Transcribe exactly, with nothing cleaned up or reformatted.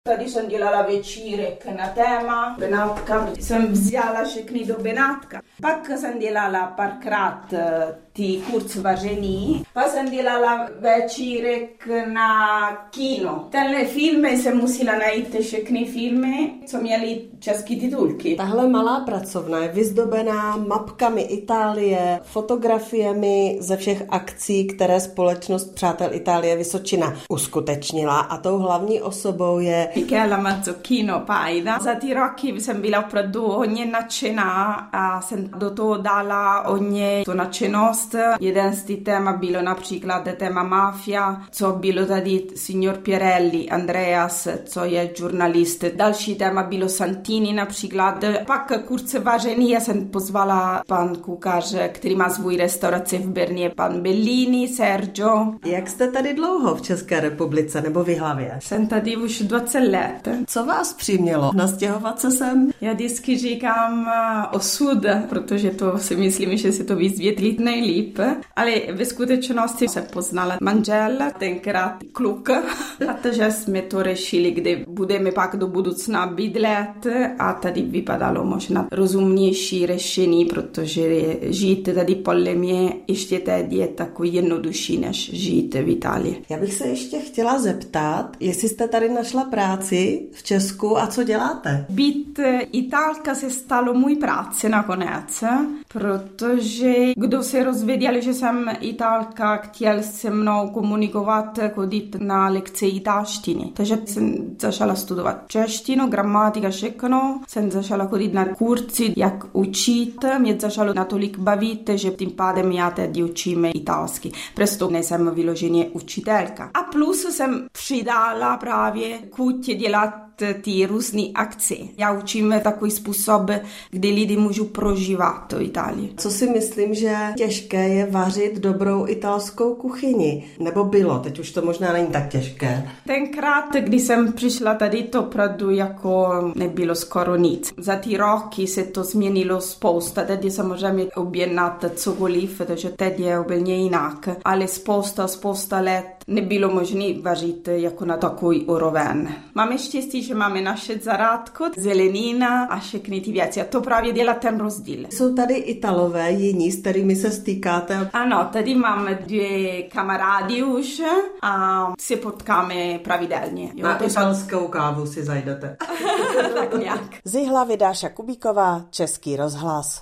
Tady jsem dělala večírek na téma Benátka, jsem vzala všechny do Benátka. Pak jsem dělala párkrát ty kurz vaření, pak jsem dělala večírek na kino. Tenhle filmy jsem musela najít všechny filmy, co měly české titulky. Tahle malá pracovna je vyzdobená mapkami Itálie, fotografiemi ze všech akcí, které společnost Přátel Itálie Vysočina uskutečnila, a tou hlavní osobou je Michela Mazzocchino Paida. Za ty roky jsem byla opravdu hodně nadšená a jsem do toho dala hodně to nadšenost. Jeden z těch témat bylo například téma mafia, co bylo tady signor Pierelli, Andreas, co je žurnalist. Další téma bylo Santini například. Pak kurz vaření, já jsem pozvala pan kuchař, který má svůj restauraci v Brně, pan Bellini, Sergio. Jak jste tady dlouho v České republice nebo v Jihlavě? Jsem tady už dvacet let. Co vás přimělo nastěhovat se sem? Já vždycky říkám osud, protože to si myslím, že se to vysvětlit nejlíp. Ale ve skutečnosti se poznala manžel, tenkrát kluk, protože jsme to řešili, kde budeme pak do budoucna bydlet, a tady vypadalo možná rozumnější řešení, protože žít tady podle mě ještě teď je takový jednodušší, než žít v Itálii. Já bych se ještě chtěla zeptat, jestli jste tady našla práci v Česku a co děláte? Být Italka se stalo můj práce nakonec, protože kdo se rozvěděl, že jsem Italka, chtěl se mnou komunikovat, chodit na lekce italštiny. Takže jsem začala studovat češtinu, gramatika, všechno. Jsem začala chodit na kurzy, jak učit. Mě začalo natolik bavit, že tím pádem já teď učím italsky. Přesto nejsem vyloženě učitelka. A plus jsem přidala právě chuť dělat ty různé akce. Já učím takový způsob, kdy lidi můžou prožívat to Itálii. Co si myslím, že těžké je vařit dobrou italskou kuchyni. Nebo bylo, teď už to možná není tak těžké. Tenkrát, když jsem přišla tady, to opravdu jako nebylo skoro nic. Za ty roky se to změnilo spousta. Teď je samozřejmě objednat cokoliv, takže teď je úplně jinak. Ale spousta, spousta let nebylo možné vařit jako na takový úroveň. Máme štěstí, že máme naše zarádko, zelenina a všechny ty věci. A to právě dělá ten rozdíl. Jsou tady Italové jiní, s kterými se stýkáte? Ano, tady máme dvě kamarády už a se potkáme pravidelně. Jo, na to italskou jsou... kávu si zajdete. Tak nějak. Z Jihlavy Dáša Kubíková, Český rozhlas.